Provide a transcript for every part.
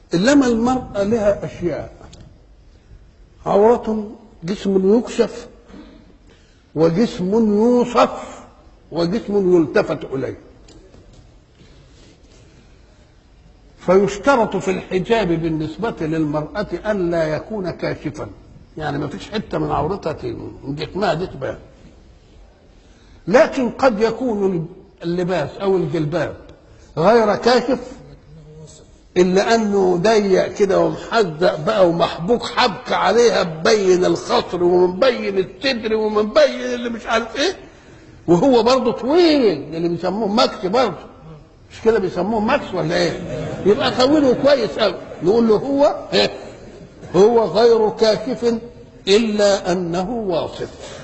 إنما المرأة لها أشياء: عورة، جسم يكشف، وجسم يوصف، وجسم يلتفت إليه. فيشترط في الحجاب بالنسبة للمرأة ألا يكون كاشفا، يعني ما فيش حتة من عورتها من جسمها دي تبان. لكن قد يكون اللباس أو الجلباب غير كاشف إلا أنه ضيق كده ومحزق بقى ومحبوك حبك عليها، مبين الخصر ومبين الصدر ومبين اللي مش عارف إيه، وهو برضه طويل اللي بيسموه مكس برضه، مش كده بيسموه مكس ولا إيه؟ يبقى طويله كويس أوي، نقول له هو غير كاشف إلا أنه واصف.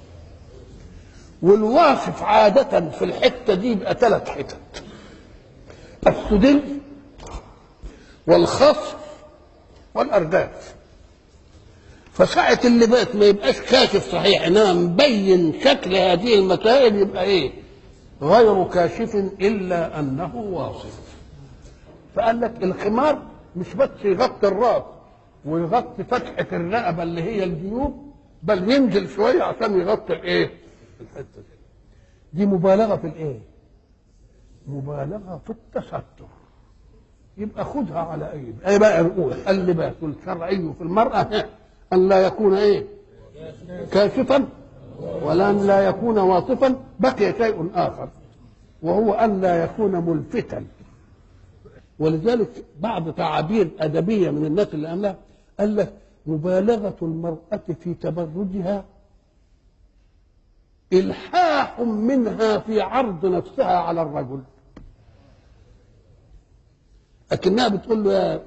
والواصف عادة في الحتة دي يبقى 3 حتت: السدل والخصر والأرداف. فساعة اللباس ما يبقاش كاشف صحيح، انما مبين شكل هذه المسائل، يبقى ايه؟ غير كاشف الا انه واصف. فقال لك الخمار مش بس يغطي الراس ويغطي فتحة الرقبة اللي هي الجيوب، بل ينزل شوية عشان يغطي الايه؟ الحتة دي مبالغة في الايه؟ مبالغة في التستر. يبقى خدها على ايه بقى نقول اللباس الشرعي في المرأة ان لا يكون ايه؟ كاشفا، ولا ان لا يكون واصفا. بقي شيء اخر وهو ان لا يكون ملفتا. ولذلك بعض تعابير ادبيه من الناس اللي عملها قال لك: مبالغه المراه في تبرجها الحاح منها في عرض نفسها على الرجل. لكنها بتقول له: يا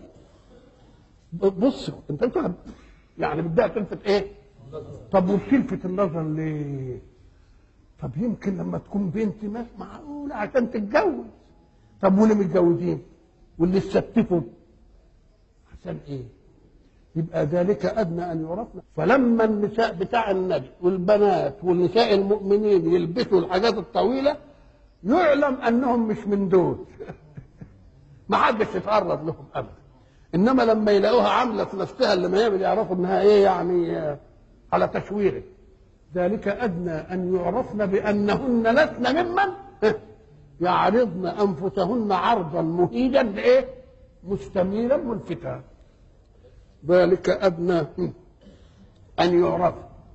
بص انت فاهم، يعني بدها تلفت ايه؟ طب وبتلفت النظر ليه؟ طب يمكن لما تكون بنت مش معقوله عشان تتجوز. طب واللي متجوزين واللي استفتفوا عشان ايه؟ يبقى ذلك ادنى ان يعرفنا. فلما النساء بتاع النبي والبنات والنساء المؤمنين يلبسوا الحاجات الطويله يعلم انهم مش من دول ما حدش يتعرض لهم ابدا. انما لما يلاقوها عامله في نفسها اللي ما يعمل يعرفوا انها ايه، يعني على تشويره. ذلك ادنى ان يعرفن بانهن لسن ممن يعرضن انفسهن عرضا مهيجا لايه؟ مستميلا ملفتا. ذلك ادنى ان يعرف.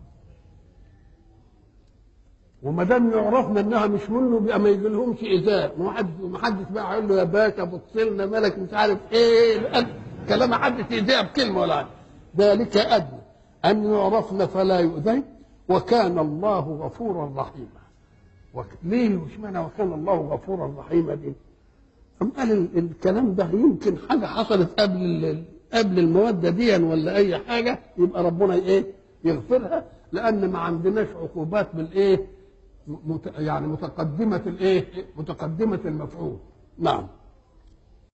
وما دام يعرفنا انها مش منه بقى ما يجيلهمش ايذاء. ما حدش بقى يقول له يا باشا بص لنا مالك مش عارف ايه، كلام ما حدش يذيع بكلمه ولا حاجه. ذلك ادنى ان يعرفن فلا يؤذين وكان الله غفورا رحيما. ليه مش معنى وكان الله غفورا رحيما دي؟ قال الكلام ده يمكن حاجه حصلت قبل الموده دي ولا اي حاجه، يبقى ربنا ايه؟ يغفرها، لان ما عندناش عقوبات بالايه؟ يعني متقدمه الايه؟ متقدمه المفعول. نعم.